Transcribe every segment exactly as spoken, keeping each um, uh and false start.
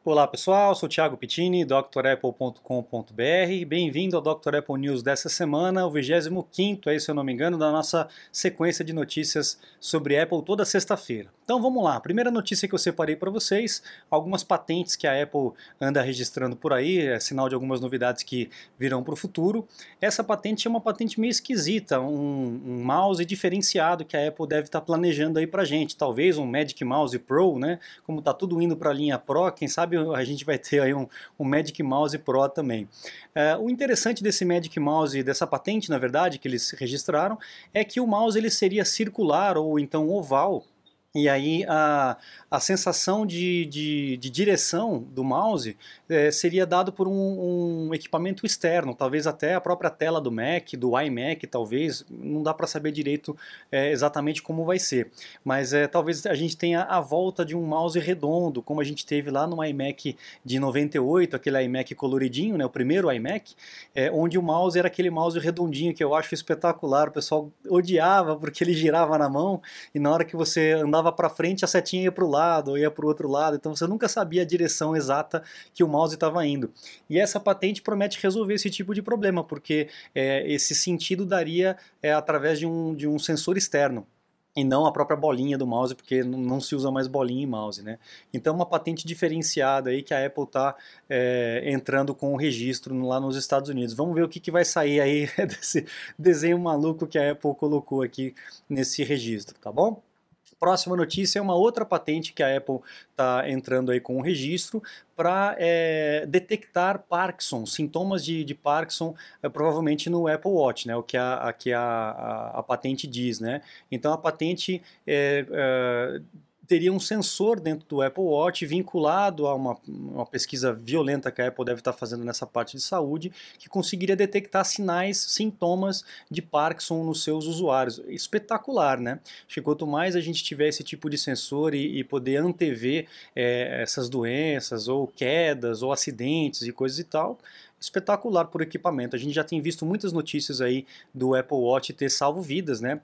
Olá pessoal, sou Thiago Pittini, doutor apple ponto com ponto br. Bem-vindo ao doutor Apple News dessa semana, o vigésimo quinto, aí, se eu não me engano, da nossa sequência de notícias sobre Apple toda sexta-feira. Então vamos lá, primeira notícia que eu separei para vocês, algumas patentes que a Apple anda registrando por aí, é sinal de algumas novidades que virão para o futuro. Essa patente é uma patente meio esquisita, um, um mouse diferenciado que a Apple deve estar planejando aí para gente, talvez um Magic Mouse Pro, né? Como está tudo indo para a linha Pro, quem sabe a gente vai ter aí um, um Magic Mouse Pro também. É, o interessante desse Magic Mouse, dessa patente, na verdade, que eles registraram, é que o mouse ele seria circular ou então oval. E aí a, a sensação de, de, de direção do mouse é, seria dado por um, um equipamento externo, talvez até a própria tela do Mac, do iMac, talvez, não dá para saber direito é, exatamente como vai ser. Mas é, talvez a gente tenha a volta de um mouse redondo, como a gente teve lá no iMac de noventa e oito, aquele iMac coloridinho, né, o primeiro iMac, é, onde o mouse era aquele mouse redondinho que eu acho espetacular, o pessoal odiava porque ele girava na mão e na hora que você andava para frente, a setinha ia para o lado, ou ia para o outro lado, então você nunca sabia a direção exata que o mouse estava indo. E essa patente promete resolver esse tipo de problema, porque é, esse sentido daria é, através de um, de um sensor externo e não a própria bolinha do mouse, porque não se usa mais bolinha em mouse, né? Então uma patente diferenciada aí que a Apple está é, entrando com o registro lá nos Estados Unidos. Vamos ver o que, que vai sair aí desse desenho maluco que a Apple colocou aqui nesse registro, tá bom? Próxima notícia é uma outra patente que a Apple está entrando aí com o registro para é, detectar Parkinson, sintomas de, de Parkinson, é, provavelmente no Apple Watch, né, o que a, a, que a, a, a patente diz, né? Então a patente é, é, teria um sensor dentro do Apple Watch vinculado a uma, uma pesquisa violenta que a Apple deve estar fazendo nessa parte de saúde, que conseguiria detectar sinais, sintomas de Parkinson nos seus usuários. Espetacular, né? Acho que quanto mais a gente tiver esse tipo de sensor e, e poder antever é, essas doenças, ou quedas, ou acidentes e coisas e tal, espetacular por equipamento. A gente já tem visto muitas notícias aí do Apple Watch ter salvo vidas, né?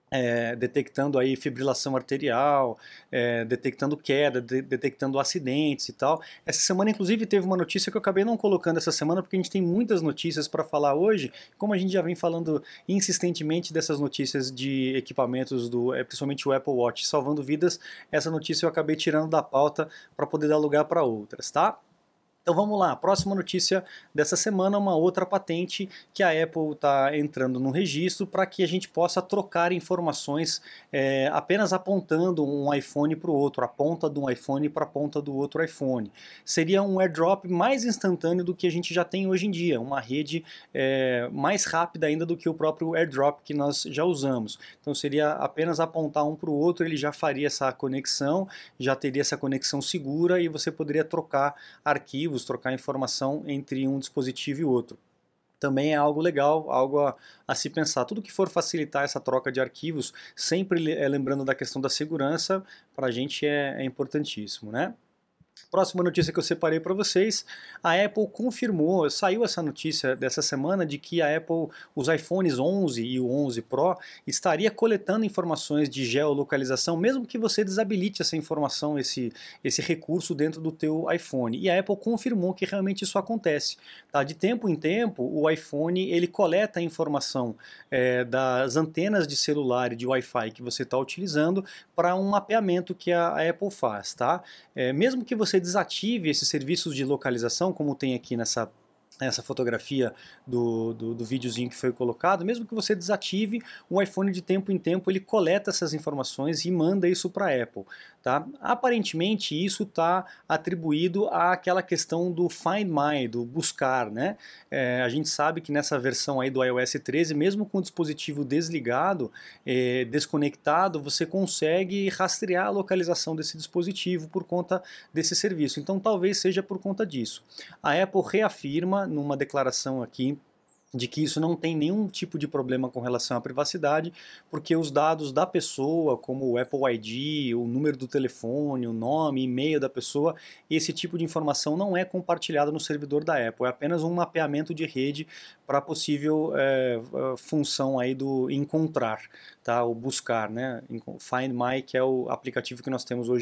É, detectando aí fibrilação arterial, é, detectando queda, de, detectando acidentes e tal. Essa semana, inclusive, teve uma notícia que eu acabei não colocando essa semana, porque a gente tem muitas notícias para falar hoje, como a gente já vem falando insistentemente dessas notícias de equipamentos, do, é, principalmente o Apple Watch, salvando vidas, essa notícia eu acabei tirando da pauta para poder dar lugar para outras, tá? Então vamos lá, próxima notícia dessa semana, uma outra patente que a Apple está entrando no registro para que a gente possa trocar informações é, apenas apontando um iPhone para o outro, a ponta de um iPhone para a ponta do outro iPhone. Seria um AirDrop mais instantâneo do que a gente já tem hoje em dia, uma rede é, mais rápida ainda do que o próprio AirDrop que nós já usamos. Então seria apenas apontar um para o outro, ele já faria essa conexão, já teria essa conexão segura e você poderia trocar arquivos, trocar informação entre um dispositivo e outro. Também é algo legal, algo a, a se pensar. Tudo que for facilitar essa troca de arquivos, sempre é, lembrando da questão da segurança, para a gente é, é importantíssimo, né? Próxima notícia que eu separei para vocês, a Apple confirmou, saiu essa notícia dessa semana de que a Apple, os iPhones onze e o onze Pro, estaria coletando informações de geolocalização, mesmo que você desabilite essa informação, esse, esse recurso dentro do teu iPhone. E a Apple confirmou que realmente isso acontece. Tá? De tempo em tempo, o iPhone ele coleta a informação é, das antenas de celular e de Wi-Fi que você está utilizando para um mapeamento que a, a Apple faz. Tá? É, mesmo que você desative esses serviços de localização, como tem aqui nessa essa fotografia do, do, do videozinho que foi colocado, mesmo que você desative, o iPhone de tempo em tempo ele coleta essas informações e manda isso para a Apple. Tá? Aparentemente isso está atribuído àquela questão do Find My, do buscar. Né? É, a gente sabe que nessa versão aí do iOS treze, mesmo com o dispositivo desligado, é, desconectado, você consegue rastrear a localização desse dispositivo por conta desse serviço. Então talvez seja por conta disso. A Apple reafirma numa declaração aqui de que isso não tem nenhum tipo de problema com relação à privacidade, porque os dados da pessoa, como o Apple I D, o número do telefone, o nome, e-mail da pessoa, esse tipo de informação não é compartilhado no servidor da Apple, é apenas um mapeamento de rede para possível é, função aí do encontrar, tá? O buscar, né? Find My, que é o aplicativo que nós temos hoje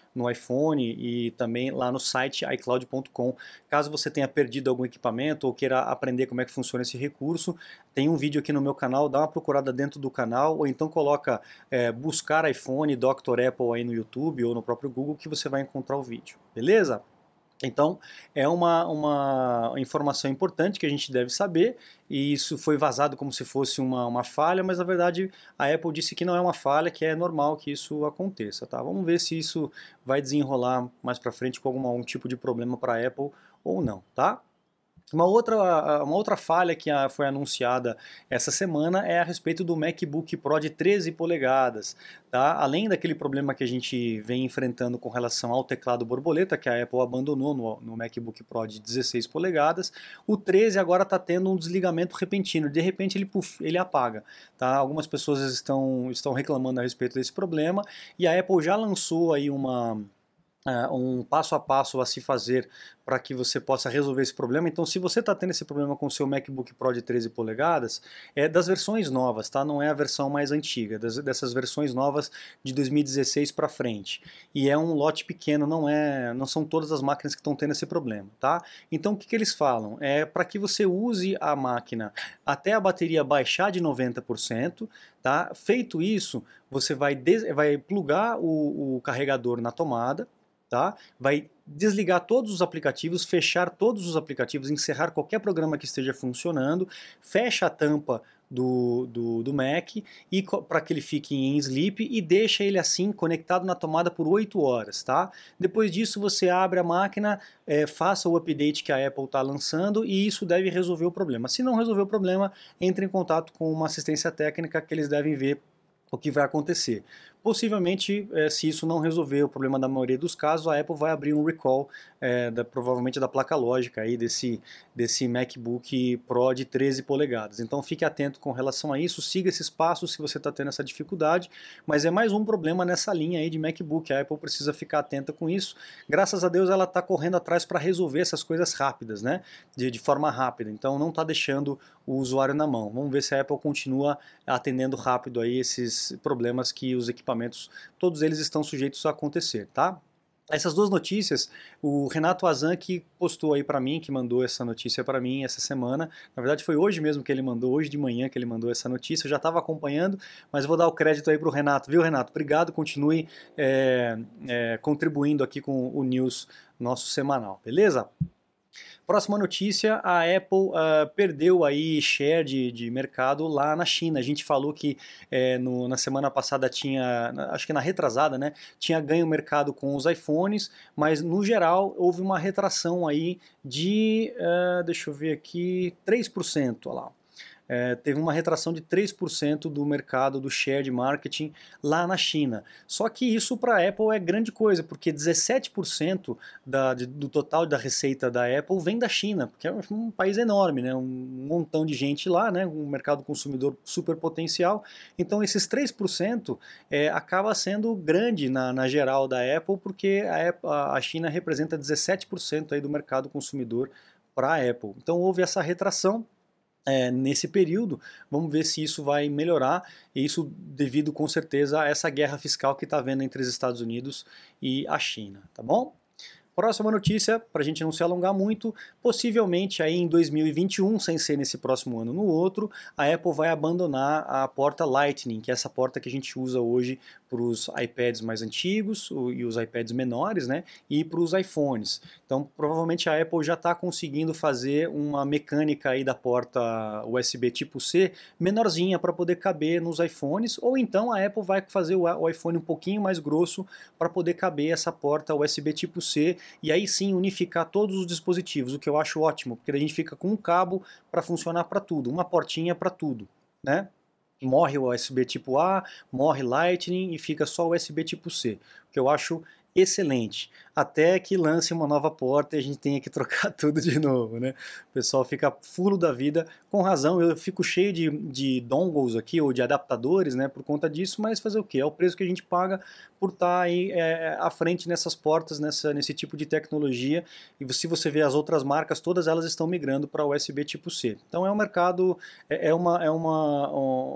no iPhone e também lá no site i cloud ponto com. Caso você tenha perdido algum equipamento ou queira aprender como é que funciona esse recurso, tem um vídeo aqui no meu canal, dá uma procurada dentro do canal, ou então coloca é, buscar iPhone doutor Apple aí no YouTube ou no próprio Google que você vai encontrar o vídeo, beleza? Então, é uma, uma informação importante que a gente deve saber, e isso foi vazado como se fosse uma, uma falha, mas na verdade a Apple disse que não é uma falha, que é normal que isso aconteça, tá? Vamos ver se isso vai desenrolar mais para frente com algum, algum tipo de problema para a Apple ou não, tá? Uma outra, uma outra falha que foi anunciada essa semana é a respeito do MacBook Pro de treze polegadas. Tá? Além daquele problema que a gente vem enfrentando com relação ao teclado borboleta, que a Apple abandonou no, no MacBook Pro de dezesseis polegadas, o treze agora está tendo um desligamento repentino. De repente ele, puff, ele apaga. Tá? Algumas pessoas estão, estão reclamando a respeito desse problema e a Apple já lançou aí uma... Uh, um passo a passo a se fazer para que você possa resolver esse problema. Então, se você está tendo esse problema com o seu MacBook Pro de treze polegadas, é das versões novas, tá? Não é a versão mais antiga, das, dessas versões novas de dois mil e dezesseis para frente. E é um lote pequeno, não é, não são todas as máquinas que estão tendo esse problema, tá? Então, o que, que eles falam? É para que você use a máquina até a bateria baixar de noventa por cento, tá? Feito isso, você vai, des vai plugar o, o carregador na tomada, tá? Vai desligar todos os aplicativos, fechar todos os aplicativos, encerrar qualquer programa que esteja funcionando, fecha a tampa do, do, do Mac e para que ele fique em sleep e deixa ele assim conectado na tomada por oito horas, tá? Depois disso você abre a máquina, é, faça o update que a Apple está lançando e isso deve resolver o problema. Se não resolver o problema, entre em contato com uma assistência técnica que eles devem ver o que vai acontecer. Possivelmente, é, se isso não resolver o problema da maioria dos casos, a Apple vai abrir um recall, é, da, provavelmente da placa lógica aí desse, desse MacBook Pro de treze polegadas. Então fique atento com relação a isso, siga esses passos se você está tendo essa dificuldade, mas é mais um problema nessa linha aí de MacBook, a Apple precisa ficar atenta com isso. Graças a Deus ela está correndo atrás para resolver essas coisas rápidas, né? de, de forma rápida, então não está deixando o usuário na mão. Vamos ver se a Apple continua atendendo rápido aí esses problemas que os equipamentos, todos eles estão sujeitos a acontecer, tá? Essas duas notícias, o Renato Azan que postou aí para mim, que mandou essa notícia para mim essa semana, na verdade foi hoje mesmo que ele mandou, hoje de manhã que ele mandou essa notícia, eu já estava acompanhando, mas vou dar o crédito aí para o Renato, viu Renato? Obrigado, continue é, é, contribuindo aqui com o News nosso semanal, beleza? Próxima notícia, a Apple uh, perdeu aí share de, de mercado lá na China. A gente falou que é, no, na semana passada tinha, acho que na retrasada, né, tinha ganho mercado com os iPhones, mas no geral houve uma retração aí de, uh, deixa eu ver aqui, três por cento, olha lá. É, teve uma retração de três por cento do mercado do share de marketing lá na China. Só que isso para a Apple é grande coisa, porque dezessete por cento da, de, do total da receita da Apple vem da China, porque é um país enorme, né? Um montão de gente lá, né? Um mercado consumidor super potencial. Então esses três por cento é, acaba sendo grande na, na geral da Apple, porque a, Apple, a China representa dezessete por cento aí do mercado consumidor para a Apple. Então houve essa retração. É, nesse período, vamos ver se isso vai melhorar, e isso devido com certeza a essa guerra fiscal que está havendo entre os Estados Unidos e a China, tá bom? Próxima notícia, para a gente não se alongar muito, possivelmente aí em dois mil e vinte e um, sem ser nesse próximo ano no outro, a Apple vai abandonar a porta Lightning, que é essa porta que a gente usa hoje para os iPads mais antigos e os iPads menores, né, e para os iPhones. Então, provavelmente a Apple já está conseguindo fazer uma mecânica aí da porta U S B tipo C menorzinha para poder caber nos iPhones, ou então a Apple vai fazer o iPhone um pouquinho mais grosso para poder caber essa porta U S B tipo C e aí sim unificar todos os dispositivos, o que eu acho ótimo, porque a gente fica com um cabo para funcionar para tudo, uma portinha para tudo, né? Morre o U S B tipo A, morre Lightning e fica só o U S B tipo C, o que eu acho excelente, até que lance uma nova porta e a gente tenha que trocar tudo de novo, né? O pessoal fica fulo da vida, com razão, eu fico cheio de, de dongles aqui, ou de adaptadores, né, por conta disso, mas fazer o quê? É o preço que a gente paga por estar aí é, à frente nessas portas, nessa, nesse tipo de tecnologia, e se você vê as outras marcas, todas elas estão migrando para o U S B tipo C. Então é um mercado, é, é, uma, é uma,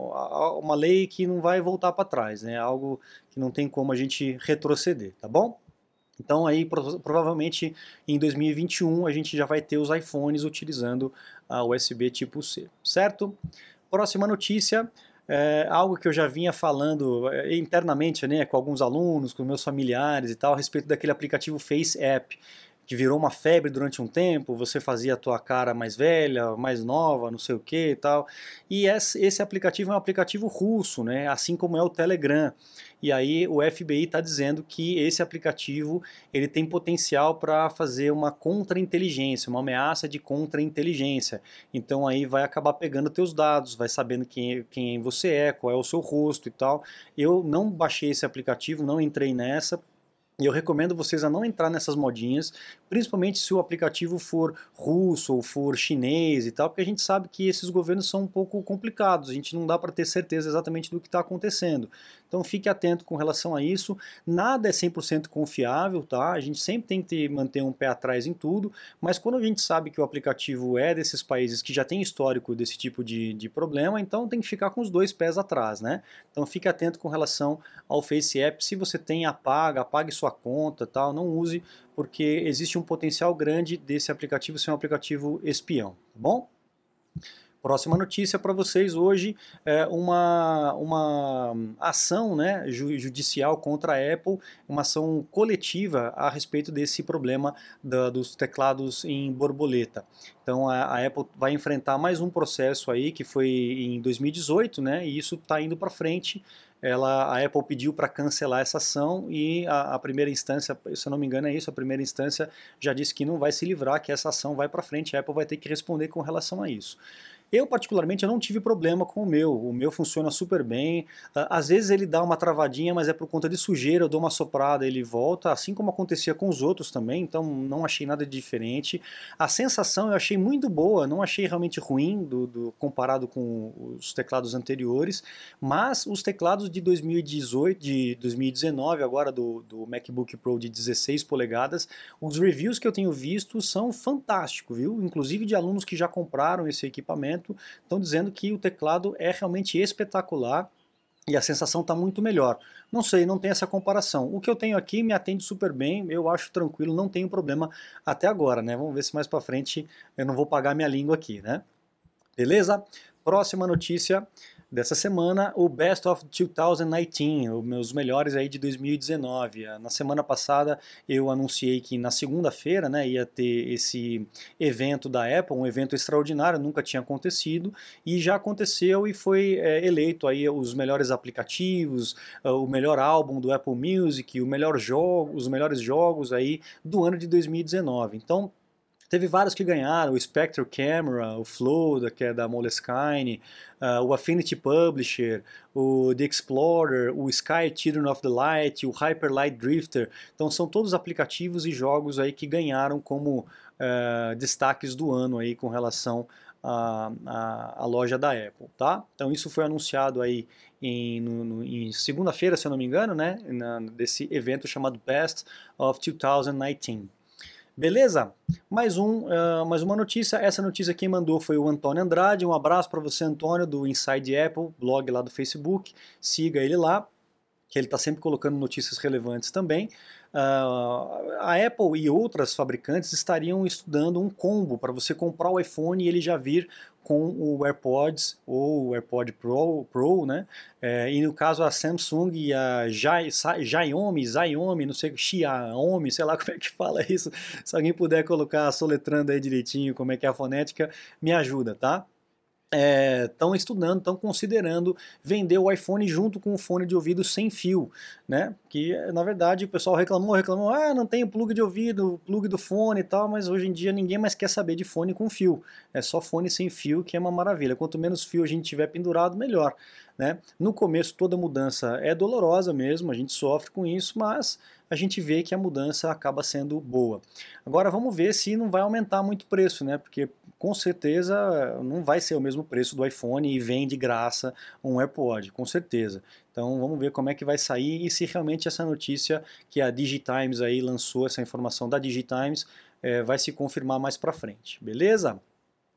uma lei que não vai voltar para trás, né? É algo que não tem como a gente retroceder, tá bom? Então aí prova- provavelmente em dois mil e vinte e um a gente já vai ter os iPhones utilizando a U S B tipo C, certo? Próxima notícia, é algo que eu já vinha falando é, internamente, né, com alguns alunos, com meus familiares e tal, a respeito daquele aplicativo Face App, que virou uma febre durante um tempo, você fazia a tua cara mais velha, mais nova, não sei o que e tal. E esse aplicativo é um aplicativo russo, né, assim como é o Telegram. E aí o F B I está dizendo que esse aplicativo ele tem potencial para fazer uma contra-inteligência, uma ameaça de contra-inteligência. Então aí vai acabar pegando teus dados, vai sabendo quem, quem você é, qual é o seu rosto e tal. Eu não baixei esse aplicativo, não entrei nessa, e eu recomendo vocês a não entrar nessas modinhas, principalmente se o aplicativo for russo ou for chinês e tal, porque a gente sabe que esses governos são um pouco complicados, a gente não dá para ter certeza exatamente do que está acontecendo. Então fique atento com relação a isso, nada é cem por cento confiável, tá? A gente sempre tem que manter um pé atrás em tudo, mas quando a gente sabe que o aplicativo é desses países que já tem histórico desse tipo de, de problema, então tem que ficar com os dois pés atrás, né? Então fique atento com relação ao Face App, se você tem, apaga, apague sua conta, tal, não use, porque existe um potencial grande desse aplicativo ser um aplicativo espião, tá bom? Próxima notícia para vocês hoje é uma, uma ação, né, judicial contra a Apple, uma ação coletiva a respeito desse problema da, dos teclados em borboleta. Então a, a Apple vai enfrentar mais um processo aí que foi em dois mil e dezoito, né, e isso está indo para frente. Ela, a Apple pediu para cancelar essa ação e a, a primeira instância, se eu não me engano é isso, a primeira instância já disse que não vai se livrar, que essa ação vai para frente, a Apple vai ter que responder com relação a isso. Eu, particularmente, eu não tive problema com o meu. O meu funciona super bem. Às vezes ele dá uma travadinha, mas é por conta de sujeira. Eu dou uma soprada, ele volta, assim como acontecia com os outros também. Então não achei nada de diferente. A sensação eu achei muito boa, não achei realmente ruim do, do, comparado com os teclados anteriores. Mas os teclados de dois mil e dezoito, de dois mil e dezenove, agora do, do MacBook Pro de dezesseis polegadas, os reviews que eu tenho visto são fantásticos, viu? Inclusive de alunos que já compraram esse equipamento estão dizendo que o teclado é realmente espetacular e a sensação está muito melhor. Não sei, não tem essa comparação. O que eu tenho aqui me atende super bem, eu acho tranquilo, não tenho problema até agora, né? Vamos ver se mais para frente eu não vou pagar minha língua aqui, né? Beleza? Próxima notícia dessa semana, o Best of dois mil e dezenove, os meus melhores aí de dois mil e dezenove. Na semana passada eu anunciei que na segunda-feira, né, ia ter esse evento da Apple, um evento extraordinário, nunca tinha acontecido, e já aconteceu e foi é, eleito aí os melhores aplicativos, o melhor álbum do Apple Music, o melhor jogo, os melhores jogos aí do ano de dois mil e dezenove. Então, teve vários que ganharam, o Spectre Camera, o Flow, que é da Moleskine, uh, o Affinity Publisher, o The Explorer, o Sky Children of the Light, o Hyper Light Drifter. Então são todos aplicativos e jogos aí que ganharam como uh, destaques do ano aí com relação à, à, à loja da Apple, tá? Então isso foi anunciado aí em, em segunda-feira, se eu não me engano, né? Na, desse evento chamado Best of dois mil e dezenove. Beleza? Mais, um, uh, mais uma notícia. Essa notícia quem mandou foi o Antônio Andrade. Um abraço para você, Antônio, do Inside Apple, blog lá do Facebook. Siga ele lá, que ele está sempre colocando notícias relevantes também. Uh, a Apple e outras fabricantes estariam estudando um combo para você comprar o iPhone e ele já vir com o AirPods ou o AirPod Pro, Pro né? É, e no caso a Samsung e a Xiaomi, Xiaomi, não sei, Xiaomi, sei lá como é que fala isso. Se alguém puder colocar soletrando aí direitinho como é que é a fonética, me ajuda, tá? Estão é, estudando, estão considerando vender o iPhone junto com o fone de ouvido sem fio, né? Que na verdade o pessoal reclamou, reclamou, ah, não tem o plug de ouvido, o plug do fone e tal, mas hoje em dia ninguém mais quer saber de fone com fio. É só fone sem fio que é uma maravilha. Quanto menos fio a gente tiver pendurado, melhor, né? No começo toda mudança é dolorosa mesmo, a gente sofre com isso, mas a gente vê que a mudança acaba sendo boa. Agora vamos ver se não vai aumentar muito o preço, né? Porque com certeza não vai ser o mesmo preço do iPhone e vem de graça um AirPod, com certeza. Então vamos ver como é que vai sair e se realmente essa notícia que a DigiTimes aí lançou, essa informação da DigiTimes, é, vai se confirmar mais para frente, beleza?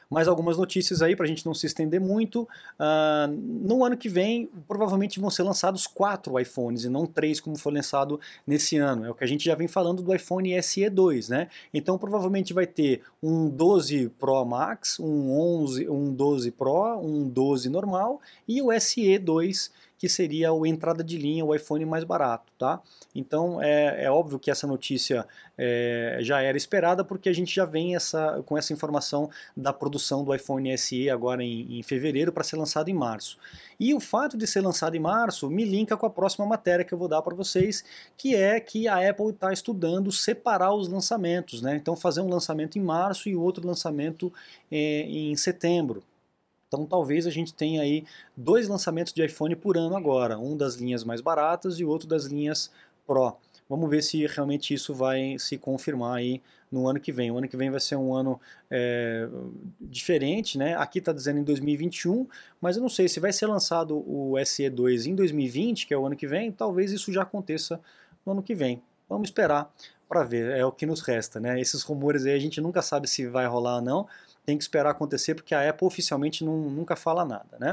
Mais algumas notícias aí para a gente não se estender muito. Uh, no ano que vem, provavelmente vão ser lançados quatro iPhones e não três como foi lançado nesse ano. É o que a gente já vem falando do iPhone S E dois, né? Então provavelmente vai ter um doze Pro Max, um onze, um doze Pro, um doze normal e o S E dois, que seria o entrada de linha, o iPhone mais barato, tá? Então é, é óbvio que essa notícia é, já era esperada, porque a gente já vem essa, com essa informação da produção do iPhone S E agora em, em fevereiro para ser lançado em março. E o fato de ser lançado em março me linka com a próxima matéria que eu vou dar para vocês, que é que a Apple está estudando separar os lançamentos, né? Então fazer um lançamento em março e outro lançamento é, em setembro. Então talvez a gente tenha aí dois lançamentos de iPhone por ano agora, um das linhas mais baratas e outro das linhas Pro. Vamos ver se realmente isso vai se confirmar aí no ano que vem. O ano que vem vai ser um ano é, diferente, né? Aqui está dizendo em dois mil e vinte e um, mas eu não sei se vai ser lançado o S E dois em dois mil e vinte, que é o ano que vem, talvez isso já aconteça no ano que vem. Vamos esperar para ver, é o que nos resta, né? Esses rumores aí a gente nunca sabe se vai rolar ou não. Tem que esperar acontecer porque a Apple oficialmente não, nunca fala nada, né?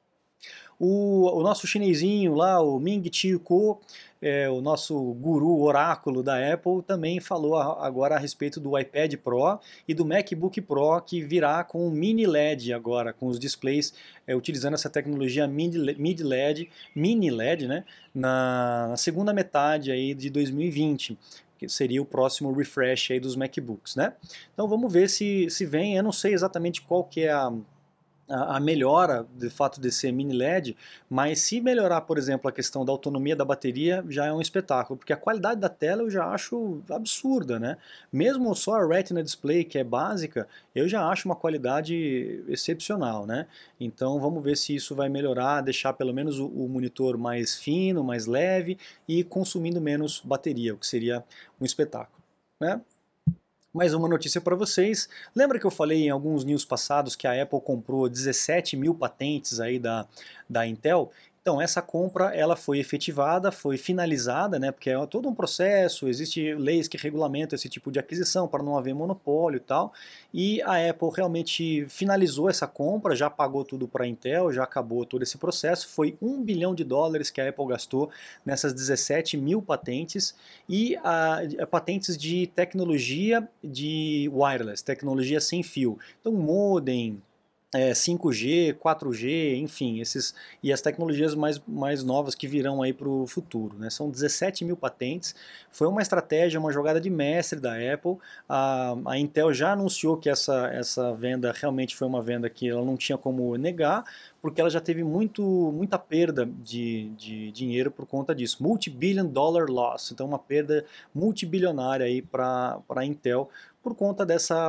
O, o nosso chinesinho lá, o Ming Chi Kuo, é, o nosso guru oráculo da Apple, também falou a, agora a respeito do iPad Pro e do MacBook Pro, que virá com mini L E D agora, com os displays é, utilizando essa tecnologia mini L E D, mini L E D, né, na, na segunda metade aí de dois mil e vinte. Que seria o próximo refresh aí dos MacBooks, né? Então vamos ver se, se vem. Eu não sei exatamente qual que é a, a, a melhora de fato de ser mini L E D, mas se melhorar, por exemplo, a questão da autonomia da bateria, já é um espetáculo, porque a qualidade da tela eu já acho absurda, né? Mesmo só a Retina Display, que é básica, eu já acho uma qualidade excepcional, né? Então vamos ver se isso vai melhorar, deixar pelo menos o, o monitor mais fino, mais leve e consumindo menos bateria, o que seria um espetáculo, né? Mais uma notícia para vocês. Lembra que eu falei em alguns news passados que a Apple comprou dezessete mil patentes aí da, da Intel? Então essa compra ela foi efetivada, foi finalizada, né, porque é todo um processo, existem leis que regulamentam esse tipo de aquisição para não haver monopólio e tal, e a Apple realmente finalizou essa compra, já pagou tudo para a Intel, já acabou todo esse processo, foi um bilhão de dólares que a Apple gastou nessas dezessete mil patentes, e a, a patentes de tecnologia de wireless, tecnologia sem fio, então modem, É, cinco G, quatro G, enfim, esses, e as tecnologias mais, mais novas que virão aí para o futuro, né? São dezessete mil patentes, foi uma estratégia, uma jogada de mestre da Apple. A, a Intel já anunciou que essa, essa venda realmente foi uma venda que ela não tinha como negar, porque ela já teve muito, muita perda de, de dinheiro por conta disso, multi-billion dollar loss, então uma perda multibilionária aí para a Intel, por conta dessa,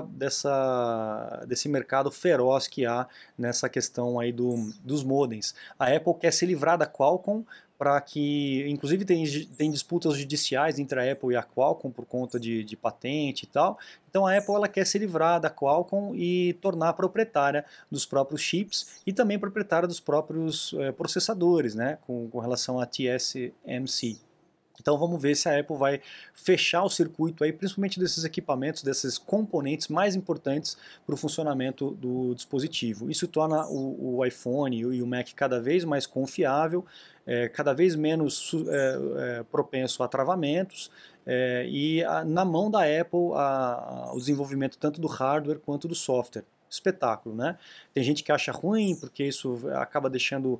dessa, desse mercado feroz que há nessa questão aí do, dos modems. A Apple quer se livrar da Qualcomm para que, inclusive tem, tem disputas judiciais entre a Apple e a Qualcomm por conta de, de patente e tal. Então a Apple ela quer se livrar da Qualcomm e tornar proprietária dos próprios chips e também proprietária dos próprios é, processadores, né, com, com relação a T S M C. Então vamos ver se a Apple vai fechar o circuito aí, principalmente desses equipamentos, desses componentes mais importantes para o funcionamento do dispositivo. Isso torna o, o iPhone e o Mac cada vez mais confiável, é, cada vez menos é, é, propenso a travamentos, é, e a, na mão da Apple a, a, o desenvolvimento tanto do hardware quanto do software. Espetáculo, né? Tem gente que acha ruim porque isso acaba deixando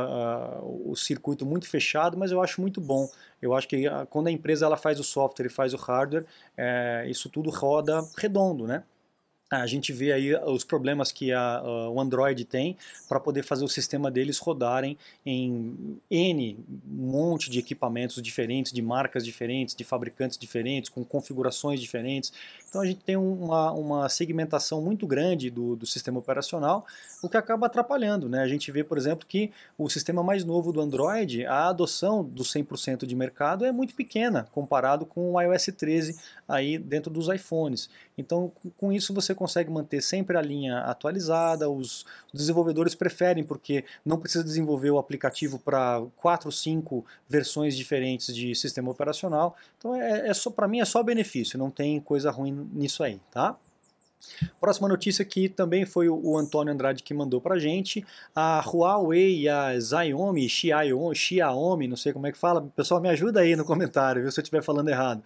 uh, o circuito muito fechado, mas eu acho muito bom. Eu acho que uh, quando a empresa ela faz o software e faz o hardware, uh, isso tudo roda redondo, né? A gente vê aí os problemas que a, a, o Android tem para poder fazer o sistema deles rodarem em N, um monte de equipamentos diferentes, de marcas diferentes, de fabricantes diferentes, com configurações diferentes. Então a gente tem uma, uma segmentação muito grande do, do sistema operacional, o que acaba atrapalhando, né? A gente vê, por exemplo, que o sistema mais novo do Android, a adoção do cem por cento de mercado é muito pequena, comparado com o iOS treze aí dentro dos iPhones. Então, com isso você consegue manter sempre a linha atualizada, os desenvolvedores preferem porque não precisa desenvolver o aplicativo para quatro, cinco versões diferentes de sistema operacional. Então, é, é só, para mim é só benefício, não tem coisa ruim nisso aí, tá? Próxima notícia que também foi o Antônio Andrade que mandou pra gente, a Huawei e a Xiaomi, Xiaomi, Xiaomi, não sei como é que fala, pessoal me ajuda aí no comentário, viu, se eu estiver falando errado.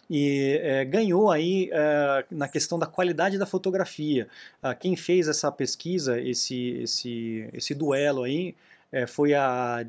E é, ganhou aí é, na questão da qualidade da fotografia. Ah, quem fez essa pesquisa, esse, esse, esse duelo aí, é, foi a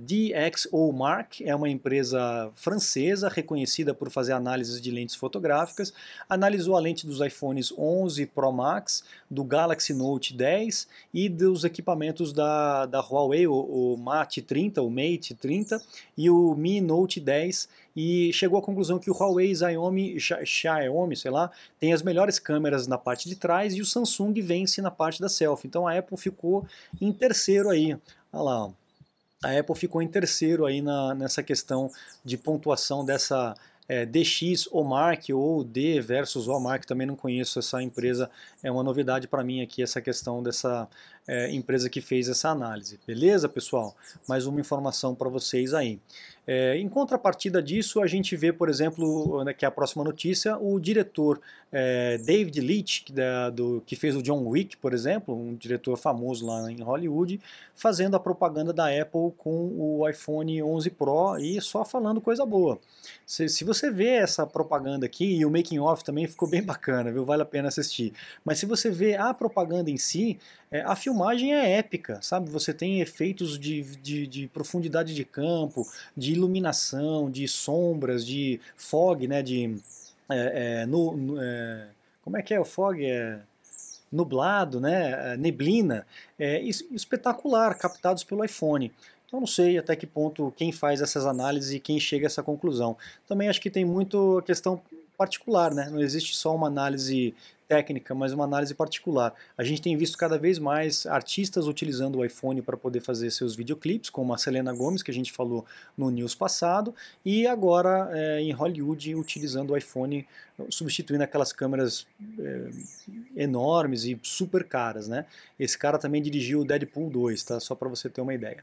DxOMark, é uma empresa francesa reconhecida por fazer análises de lentes fotográficas. Analisou a lente dos iPhones onze Pro Max, do Galaxy Note dez e dos equipamentos da, da Huawei, o, o Mate trinta, o Mate trinta e o Mi Note dez, e chegou à conclusão que o Huawei, Xiaomi, Xiaomi, sei lá, tem as melhores câmeras na parte de trás e o Samsung vence na parte da selfie. Então a Apple ficou em terceiro aí. Olha lá, ó. A Apple ficou em terceiro aí na, nessa questão de pontuação dessa é, DxOMark ou D versus OMark, também não conheço essa empresa, é uma novidade para mim aqui essa questão dessa é, empresa que fez essa análise. Beleza, pessoal? Mais uma informação para vocês aí. É, em contrapartida disso, a gente vê, por exemplo, né, que é a próxima notícia, o diretor é, David Leitch, que, da, do, que fez o John Wick, por exemplo, um diretor famoso lá em Hollywood, fazendo a propaganda da Apple com o iPhone onze Pro e só falando coisa boa. Se, se você vê essa propaganda aqui, e o making of também ficou bem bacana, viu? Vale a pena assistir. Mas se você vê a propaganda em si, é, a filmagem é épica, sabe? Você tem efeitos de, de, de profundidade de campo, de iluminação, de sombras, de fog, né? De é, é, no, no, é, como é que é o fog? É nublado, né? Neblina, é espetacular, captados pelo iPhone. Então não sei até que ponto quem faz essas análises e quem chega a essa conclusão. Também acho que tem muito questão particular, né? Não existe só uma análise técnica, mas uma análise particular. A gente tem visto cada vez mais artistas utilizando o iPhone para poder fazer seus videoclipes, como a Selena Gomez, que a gente falou no news passado, e agora é, em Hollywood utilizando o iPhone, substituindo aquelas câmeras é, enormes e super caras, né? Esse cara também dirigiu o Deadpool dois, tá? Só para você ter uma ideia.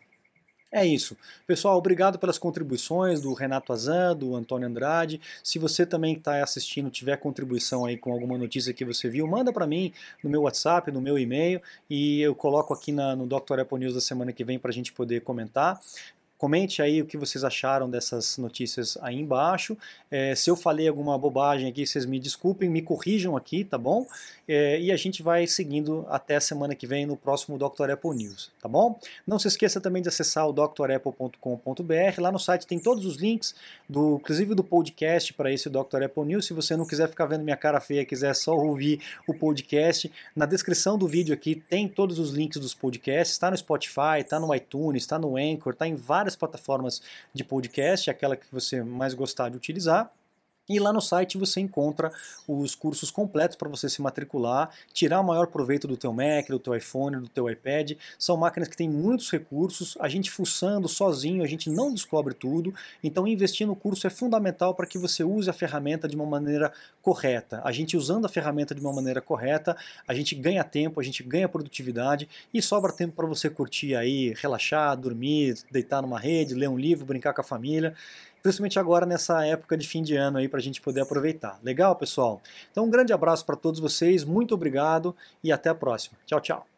É isso. Pessoal, obrigado pelas contribuições do Renato Azan, do Antônio Andrade. Se você também está assistindo, tiver contribuição aí com alguma notícia que você viu, manda para mim no meu WhatsApp, no meu e-mail, e eu coloco aqui na, no doutor Apple News da semana que vem para a gente poder comentar. Comente aí o que vocês acharam dessas notícias aí embaixo. É, se eu falei alguma bobagem aqui, vocês me desculpem, me corrijam aqui, tá bom? É, e a gente vai seguindo até a semana que vem no próximo doutor Apple News, tá bom? Não se esqueça também de acessar o doutor apple ponto com ponto b r. Lá no site tem todos os links, do, inclusive do podcast para esse doutor Apple News. Se você não quiser ficar vendo minha cara feia, quiser só ouvir o podcast, na descrição do vídeo aqui tem todos os links dos podcasts. Está no Spotify, está no iTunes, está no Anchor, está em várias plataformas de podcast, aquela que você mais gostar de utilizar. E lá no site você encontra os cursos completos para você se matricular, tirar o maior proveito do teu Mac, do teu iPhone, do teu iPad. São máquinas que têm muitos recursos, a gente fuçando sozinho, a gente não descobre tudo, então investir no curso é fundamental para que você use a ferramenta de uma maneira correta. A gente usando a ferramenta de uma maneira correta, a gente ganha tempo, a gente ganha produtividade e sobra tempo para você curtir aí, relaxar, dormir, deitar numa rede, ler um livro, brincar com a família. Principalmente agora nessa época de fim de ano aí para a gente poder aproveitar. Legal, pessoal? Então um grande abraço para todos vocês, muito obrigado e até a próxima. Tchau, tchau.